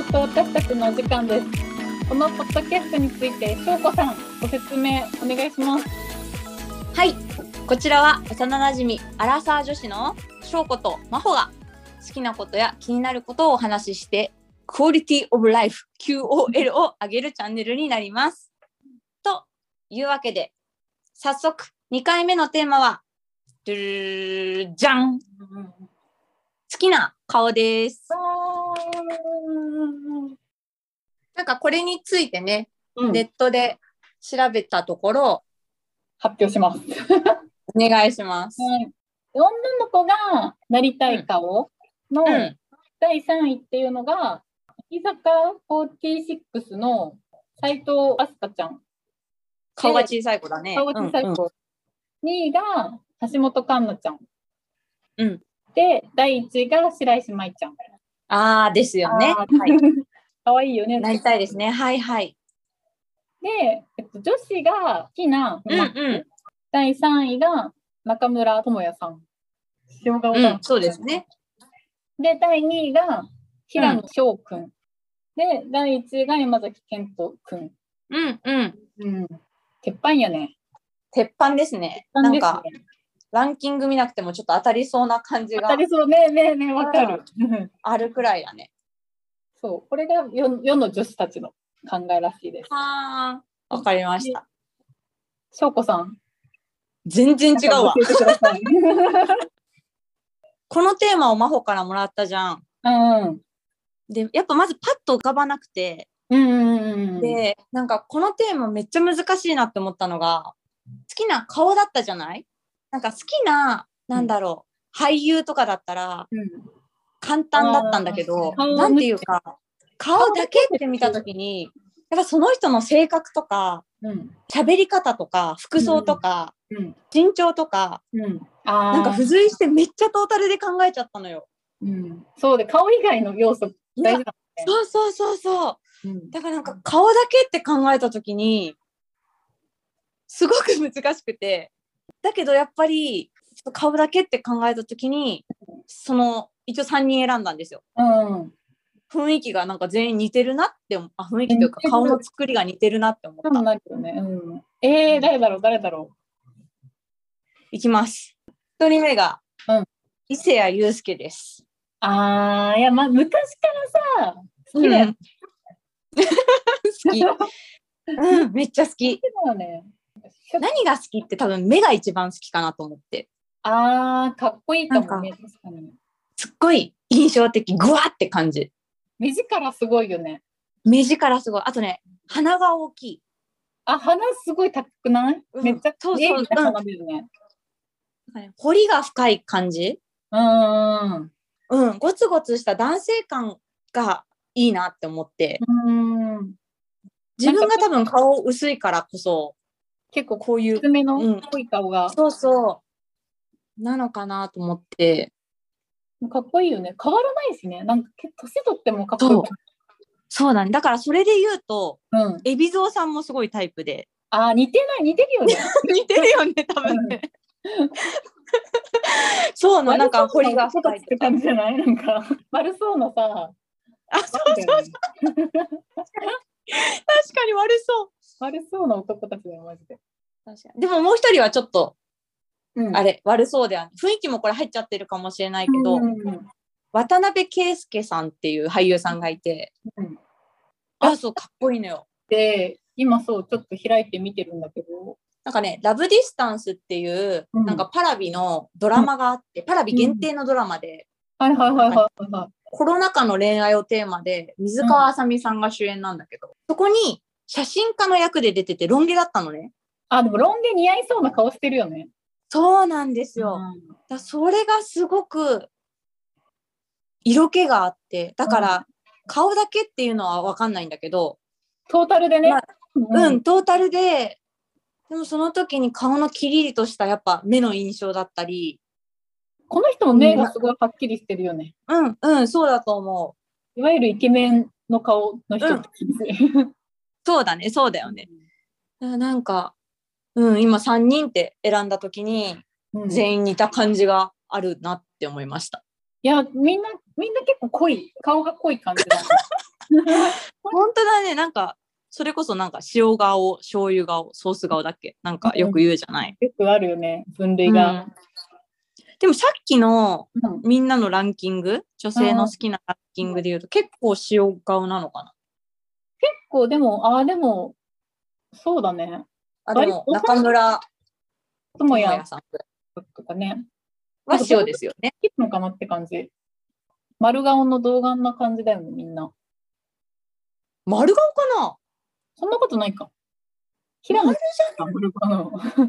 うと私たちのお時間です。このポッドキャストについてしょうこさんご説明お願いします。 はい、こちらは幼なじみアラサー女子のしょうことまほが好きなことや気になることをお話ししてクオリティオブライフ QOL を上げるチャンネルになります。というわけで早速2回目のテーマはじゃん、好きな顔です。なんかこれについてね、ネットで調べたところ発表します。 お願いします。 女の子がなりたい顔の第3位っていうのが、乃木坂46の斉藤飛鳥ちゃん。 顔が小さい子だね。 顔が小さい子。2位が橋本環奈ちゃん。で、第1位が白石麻衣ちゃん。 あーですよね。 かわいいよね。 なりたいですね。はいはい。 で、女子が好きな、第3位が中村倫也さん。塩顔だ、 そうですね。 で、第2位が平野翔くん。で、第1位が山崎賢人くん。鉄板やね。 鉄板ですね。なんか、ランキング見なくてもちょっと当たりそうな感じが。 当たりそうね、わかる。 あるくらいだね。 そう、これが世の女子たちの考えらしいです。 わかりました。 しょうこさん。 全然違うわ。このテーマを真帆からもらったじゃん。で、やっぱまずパッと浮かばなくて。で、なんかこのテーマめっちゃ難しいなって思ったのが、好きな顔だったじゃない？なんか好きな、俳優とかだったら、簡単だったんだけど、なんていうか、顔だけって見たときに、やっぱその人の性格とか、喋り方とか、服装とか、身長とか、なんか付随してめっちゃトータルで考えちゃったのよ。 そうで、顔以外の要素大事だね。 そう。だからなんか顔だけって考えたときに、すごく難しくて、だけどやっぱり顔だけって考えたときに、一応3人選んだんですよ。雰囲気がなんか全員似てるなって雰囲気というか顔の作りが似てるなって思った。 誰だろう。 いきます。1人目が、伊勢谷友介です。 いや、昔からさ、好きだよ。 好き。めっちゃ好き。何が好きって多分目が一番好きかなと思って。 かっこいいかもね。確かに。 すっごい印象的、グワーって感じ。 目力すごいよね。 目力すごい。あとね、鼻が大きい。 鼻すごい高くない？めっちゃそう鼻出るね。 彫りが深い感じ。ゴツゴツした男性感がいいなって思って。自分が多分顔薄いからこそ結構こういう目の濃い顔が、 なのかなと思って。 かっこいいよね。変わらないしね。なんか年取ってもかっこいい。 そうだね。だからそれで言うと、海老蔵さんもすごいタイプで。 似てるよね。 似てるよね、多分ね。そうなんか彫りが深いって感じじゃない？なんか悪そうなさ。 確かに悪そうな男たちだよ、マジで。 でももう一人はちょっと、悪そうでは雰囲気もこれ入っちゃってるかもしれないけど、渡辺圭介さんっていう俳優さんがいて、そうかっこいいのよ。 で、今ちょっと開いて見てるんだけど、 なんかね、ラブディスタンスっていう、なんかパラビのドラマがあって、パラビ限定のドラマで、コロナ禍の恋愛をテーマで、水川あさみさんが主演なんだけど、そこに写真家の役で出てて、ロン毛だったのね。 でもロン毛似合いそうな顔してるよね。 そうなんですよ。それがすごく色気があって、だから顔だけっていうのは分かんないんだけど、 トータルでね。 トータルで、でもその時に顔のキリリとしたやっぱ目の印象だったり、 この人も目がすごいはっきりしてるよね。 そうだと思う。いわゆるイケメンの顔の人ってそうだね、そうだよね。なんか、今3人って選んだ時に、全員似た感じがあるなって思いました。 いや、みんな結構顔が濃い感じだ、ね。 本当だね。なんかそれこそなんか塩顔、醤油顔、ソース顔だっけ、なんかよく言うじゃない。 よくあるよね、分類が。 でもさっきのみんなのランキング、女性の好きなランキングで言うと結構塩顔なのかな。 結構でもそうだね。 でも中村智也さんとかね。 は塩ですよね。 いいのかなって感じ。丸顔の童顔な感じだよね、みんな。 丸顔かな。 そんなことないか。平野さん丸顔なの。丸じゃ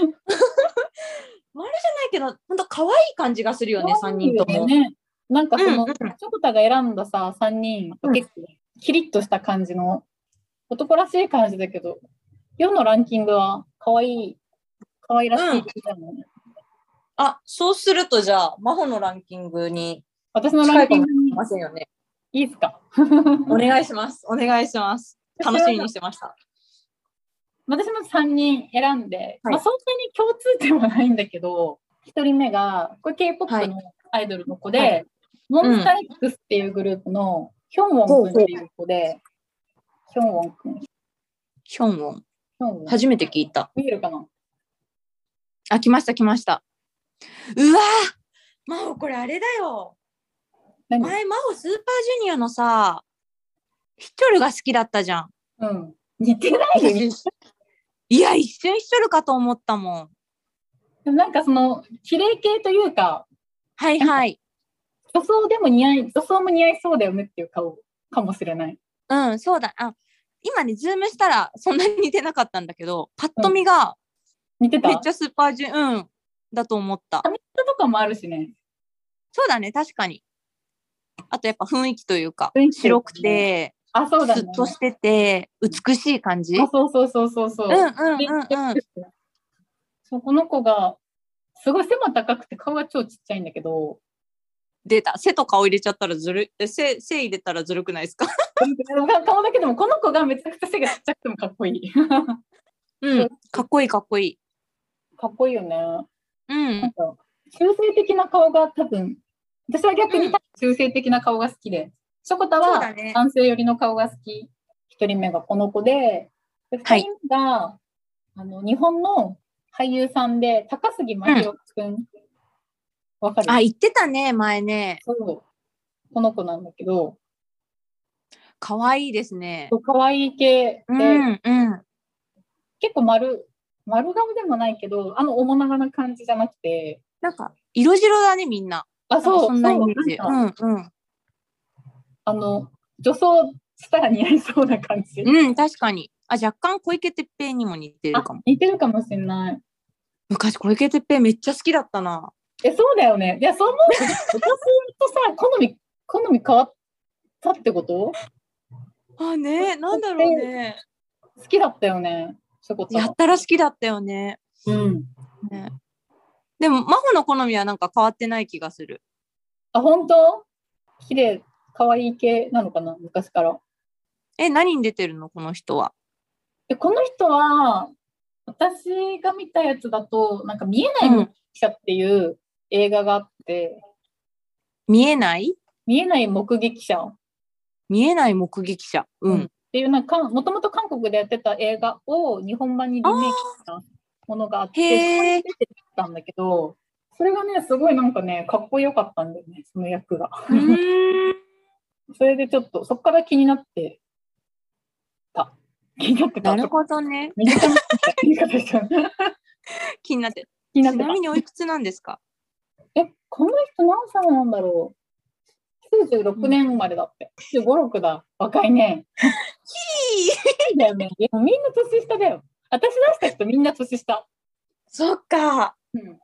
ないけど、本当可愛い感じがするよね、3人とも。 なんかその、チョコタが選んださ、3人、結構キリッとした感じの、男らしい感じだけど、世のランキングは可愛らしいだもんね。 そうするとじゃあ、真帆のランキングに私のランキングにいませんよね。 いいですか？ お願いします。お願いします。楽しみにしてました。 私も3人選んで、そんなに共通点はないんだけど、1人目が、これ K-POP のアイドルの子で、モンスター X っていうグループのヒョンウォン君っていう子で、ヒョンウォン君。 ヒョンウォン。初めて聞いた。 見えるかな？ 来ました。うわー、真帆これあれだよ。前真帆スーパージュニアのさ、ヒチョルが好きだったじゃん。 似てないよ。 いや、一瞬ヒチョルかと思ったもん。なんかその綺麗系というか、 女装も似合いそうだよねっていう顔かもしれない。 そうだ。今ね、ズームしたらそんなに似てなかったんだけど、パッと見が似てた。 めっちゃスーパージュだと思った。 髪型とかもあるしね。 そうだね、確かに。あとやっぱ雰囲気というか、白くて、 そうだね、 スッとしてて、美しい感じ。 そう。この子が、すごい背も高くて顔が超ちっちゃいんだけど。 出た。背と顔入れちゃったら背入れたらずるくないですか？ 顔だけでも、この子がめちゃくちゃ背がちっちゃくてもかっこいい。 かっこいい。 かっこいいよね。 なんか中性的な顔が多分、私は逆に中性的な顔が好きで、しょこたは男性寄りの顔が好き。1人目がこの子で、2人目が、日本の俳優さんで、高杉真宙くん。わかる？ 言ってたね、前ね。 そう。この子なんだけど。 かわいいですね。 かわいい系で、結構丸顔でもないけど、面長な感じじゃなくて。 なんか、色白だね、みんな。 そんなイメージ。 女装したら似合いそうな感じ。 確かに。若干小池徹平にも似てるかも。 似てるかもしれない。 昔小池徹平めっちゃ好きだったな。 そうだよね。いや、そう思うと、私とさ、好み変わったってこと？ ね、なんだろうね。 好きだったよね。 やったら好きだったよね。でも、真帆の好みはなんか変わってない気がする。 本当？綺麗、可愛い系なのかな、昔から。 何に出てるのこの人は。 この人は、私が見たやつだと、なんか見えない目撃者っていう映画があって、 見えない目撃者。っていう、なんか、もともと韓国でやってた映画を日本版にリメイクしたものがあって、出てたんだけど、それがね、すごいなんかね、かっこよかったんだよね、その役が。それでちょっと、そこから気になってた。 なるほどね。気になって。ちなみにおいくつなんですか？ この人何歳なんだろう。96年生まれだって。95、6だ。若いね。いいだよね。みんな年下だよ。私出した人みんな年下。 そっか。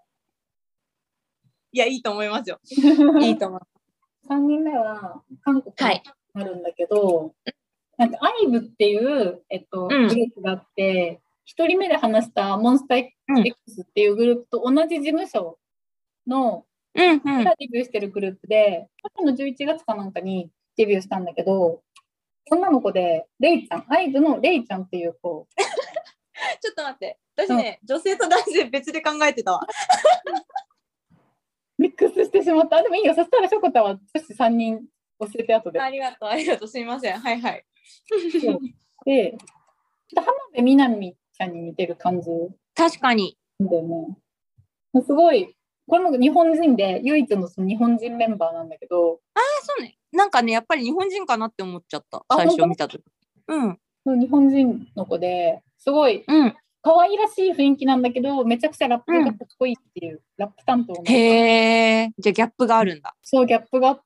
いや、いいと思いますよ。いいと思う。 3人目は韓国になるんだけど、なんかIVEっていう、グループがあって、1人目で話したモンスター X っていうグループと同じ事務所のがデビューしてるグループで、去年の11月かなんかにデビューしたんだけど、女の子で、レイちゃん、IVEのレイちゃんっていう子。 ちょっと待って、私ね、女性と男性別で考えてたわ。 ミックスしてしまった。でもいいよ、そしたらしょこたは女子3人教えて後で。 ありがとう、ありがとう。すみません。はいはい。 で、浜辺美波ちゃんに似てる感じ。 確かに。 だよね。すごい、これも日本人で、唯一のその日本人メンバーなんだけど。 ああ、そうね。なんかね、やっぱり日本人かなって思っちゃった。最初見たとき。うん。 日本人の子ですごい、可愛らしい雰囲気なんだけど、めちゃくちゃラップがかっこいいっていう、ラップ担当の。 へえ、じゃあギャップがあるんだ。 そう、ギャップがあって、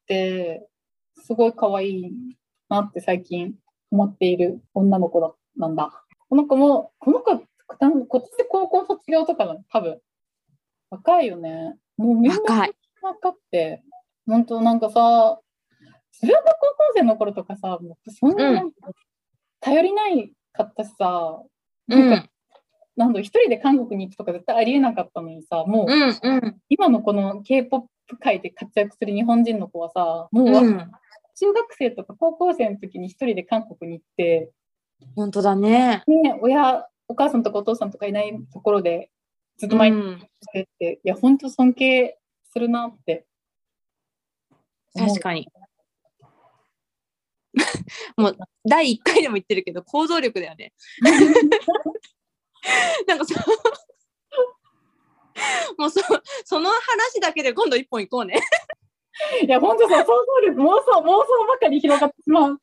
すごい可愛いなって最近思っている女の子なんだ。この子、今年で高校卒業とかの多分、若いよね。もうみんな若って、本当なんかさ、自分が高校生の頃とかさ、もうそんななんか頼りないかったしさ、なんだ一人で韓国に行くとか絶対ありえなかったのにさ、もう、今のこの K-POP 界で活躍する日本人の子はさ、もう、中学生とか高校生の時に一人で韓国に行って、 本当だね。 お母さんとかお父さんとかいないところでずっと毎日してって、いや、本当尊敬するなって。 確かに。もう第1回でも言ってるけど行動力だよね。なんかもうその話だけで今度1本行こうね。 いや本当そう、想像力妄想ばかり広がってしまう。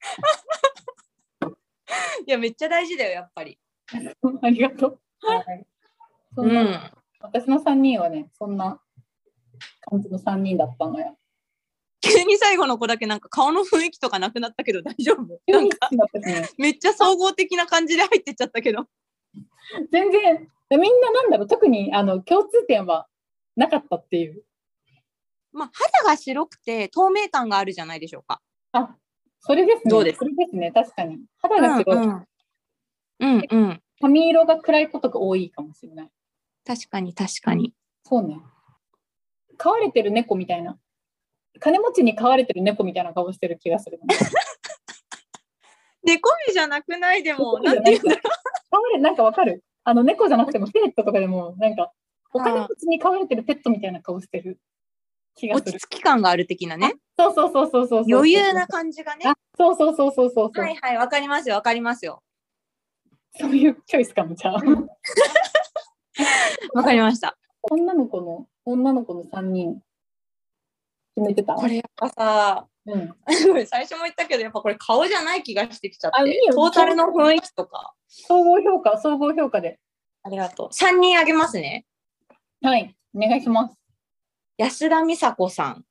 いやめっちゃ大事だよやっぱり。 ありがとう。はい、私の3人はね、そんな感じの3人だったのよ。 急に最後の子だけなんか顔の雰囲気とかなくなったけど大丈夫？なんかめっちゃ総合的な感じで入ってっちゃったけど。 全然みんななんだろう、特に共通点はなかったっていう。 まあ肌が白くて透明感があるじゃないでしょうか。 あ、それですね。 どうです？ それですね、確かに。肌が白い。髪色が暗いことが多いかもしれない。 確かに確かに。 そうね。飼われてる猫みたいな。金持ちに飼われてる猫みたいな顔してる気がする。 猫目じゃなくないでも。なんていうんだろう。なんかわかる？猫じゃなくてもペットとかでも、なんか、お金持ちに飼われてるペットみたいな顔してる気がする。 落ち着き感がある的なね。 そう。 余裕な感じがね。 そう。 はいはい、わかりますよ、わかりますよ。 そういうチョイスかも、じゃあ。 わかりました。 女の子の3人決めてた？ これやっぱさ、最初も言ったけど、やっぱこれ顔じゃない気がしてきちゃって、トータルの雰囲気とか。 総合評価で。 ありがとう。3人あげますね。 はい、お願いします。 安田美沙子さん。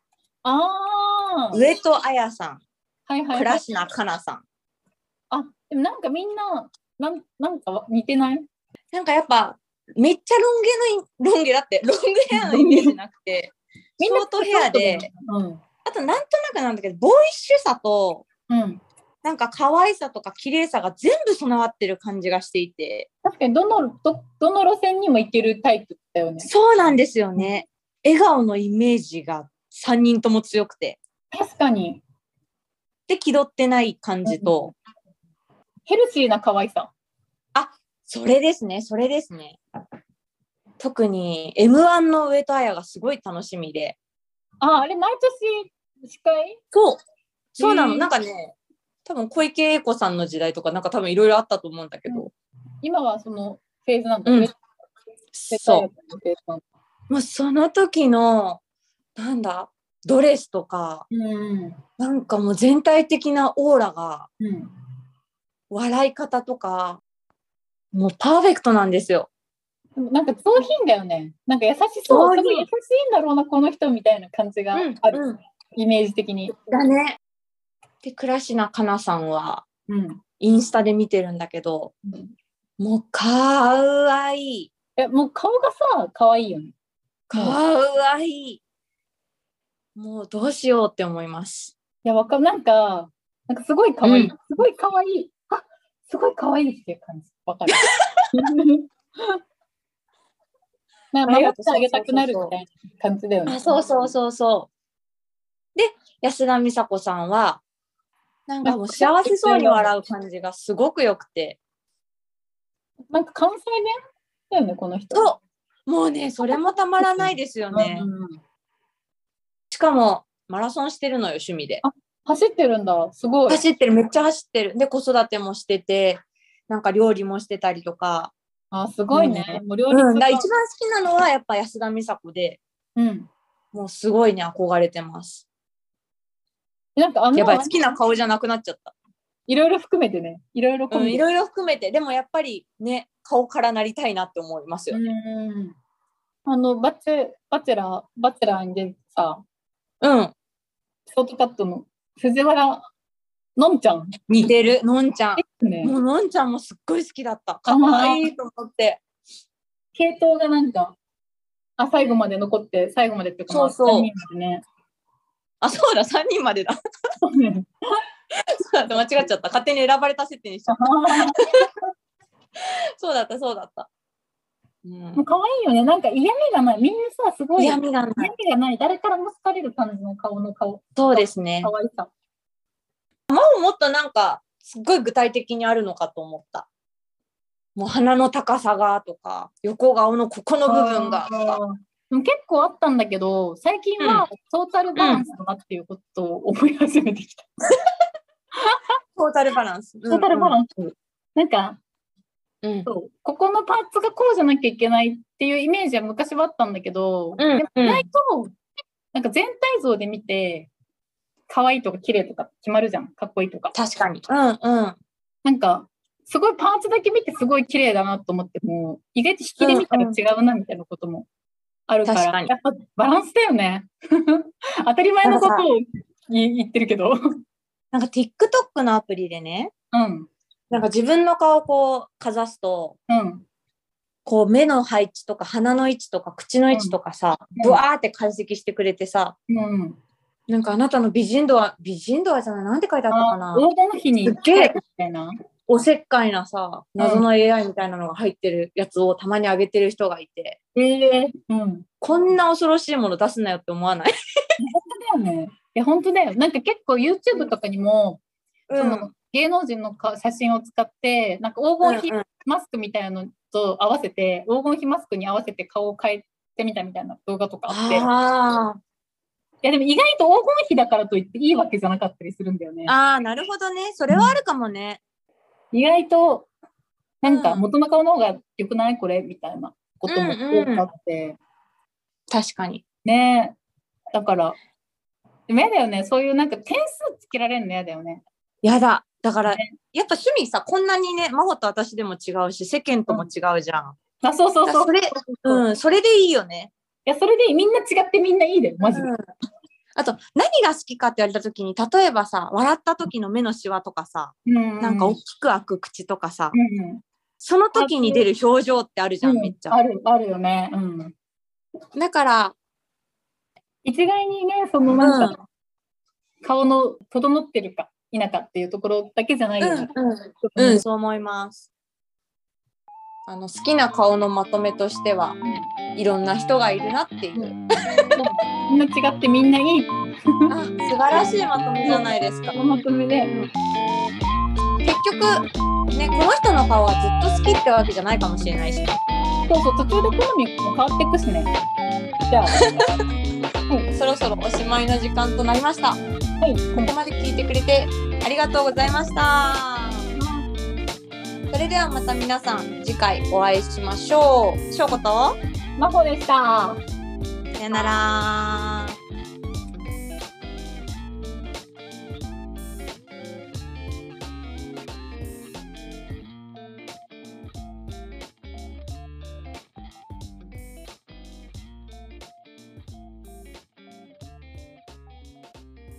上戸彩さん。 倉科香菜さん。 でもなんかみんな、なんか似てない？ なんかやっぱ、めっちゃロン毛だって、ロングヘアのイメージなくて、ショートヘアで、あとなんとなくなんだけど、ボーイッシュさと、なんか可愛さとか綺麗さが全部備わってる感じがしていて。 確かにどの路線にもいけるタイプだよね。 そうなんですよね。笑顔のイメージが3人とも強くて。 確かに。 で、気取ってない感じと。 ヘルシーな可愛さ。 それですね。特に M1 の上戸彩がすごい楽しみで。 あれ毎年司会？ そうなの。なんかね、多分小池栄子さんの時代とかなんか多分いろいろあったと思うんだけど、 今はそのフェーズなんだ。 そう。もうその時のなんだドレスとか、なんかもう全体的なオーラが、笑い方とかもうパーフェクトなんですよ。 なんか上品だよね。なんか優しそう。多分優しいんだろうなこの人みたいな感じがある、イメージ的に。 だね。で倉科香菜さんは、インスタで見てるんだけど、もうかわいい。 もう顔がさかわいいよね。 かわいい。もうどうしようって思います。 いやなんかすごいかわいい。すごいかわいい。すごいかわいいっていう感じ。わかる。守ってあげたくなるみたいな感じだよね。 そう。で、安田美沙子さんは、なんかもう幸せそうに笑う感じがすごくよくて。 なんか関西弁だよね、この人。 そう。もうね、それもたまらないですよね。しかも、 マラソンしてるのよ、趣味で。 あ、走ってるんだ。すごい。 走ってる、めっちゃ走ってる。で、子育てもしてて、なんか料理もしてたりとか。 あ、すごいね。 もう料理一番好きなのはやっぱ安田美沙子で、もうすごいね、憧れてます。なんかやばい、好きな顔じゃなくなっちゃった。 いろいろ含めてね。いろいろ含めて。でもやっぱりね、顔からなりたいなって思いますよね。 バチェラーに出てさ、ショートカットの藤原のんちゃん。 似てる、のんちゃん。もうのんちゃんもすっごい好きだった。かわいいと思って。 系統がなんか、最後まで残って、最後までっていうか、 そうそう。 3人までね。 そうだ、3人までだ。そうだった、間違っちゃった。勝手に選ばれた設定にしちゃった。そうだった。 可愛いよね。なんか嫌味がない。みんなさ、すごい。 嫌味がない。誰からも好かれる感じの顔。 そうですね。 可愛さ。 もっとなんか、すっごい具体的にあるのかと思った。もう鼻の高さがとか、横顔のここの部分がとか。 結構あったんだけど、最近はトータルバランスだなっていうことを思い始めてきた。 トータルバランス。 なんか、そうここのパーツがこうじゃなきゃいけないっていうイメージは昔はあったんだけど、でも意外となんか全体像で見て可愛いとか綺麗とか決まるじゃん、かっこいいとか。 確かに。 なんかすごいパーツだけ見てすごい綺麗だなと思っても意外と引きで見たら違うなみたいなこともあるから、やっぱバランスだよね。当たり前のことを言ってるけど。 なんか TikTok のアプリでね、なんか自分の顔をこうかざすと、こう目の配置とか鼻の位置とか口の位置とかさ、ブワーって解析してくれてさ、なんかあなたの美人度はじゃない、なんて書いてあったかな。 黄金比にすっげえおせっかいなさ、謎の AI みたいなのが入ってるやつをたまに上げてる人がいて、こんな恐ろしいもの出すなよって思わない？ 本当だよね。いや本当だよ。なんか結構 YouTube とかにも、その芸能人の写真を使ってなんか黄金比マスクみたいなのと合わせて、黄金比マスクに合わせて顔を変えてみたみたいな動画とかあって、いやでも意外と黄金比だからといっていいわけじゃなかったりするんだよね。 なるほどね。それはあるかもね。 意外となんか元の顔の方が良くないこれみたいなことも多かって、 確かにね。だから嫌だよね。そういうなんか点数つけられるの嫌だよね。 やだ。だから、やっぱ趣味さ、こんなにね、真帆と私でも違うし、世間とも違うじゃん。 そう。 それでいいよね。 いや、それでみんな違ってみんないいで、マジで。 あと、何が好きかって言われたときに、例えばさ、笑った時の目のシワとかさ、なんか大きく開く口とかさ、その時に出る表情ってあるじゃん、めっちゃ。 あるよね。 だから、 一概にね、そのなんか、顔の整ってるか否かっていうところだけじゃないよね。 そう思います。好きな顔のまとめとしては、いろんな人がいるなっていう。 みんな違ってみんないい。 素晴らしいまとめじゃないですか。 まとめで。 結局、ね、この人の顔はずっと好きってわけじゃないかもしれないし。 そう、途中で好みも変わっていくしね。じゃあ、 そろそろおしまいの時間となりました。ここまで聞いてくれてありがとうございました。それではまた皆さん次回お会いしましょう。しょうことまほでした。 さよなら。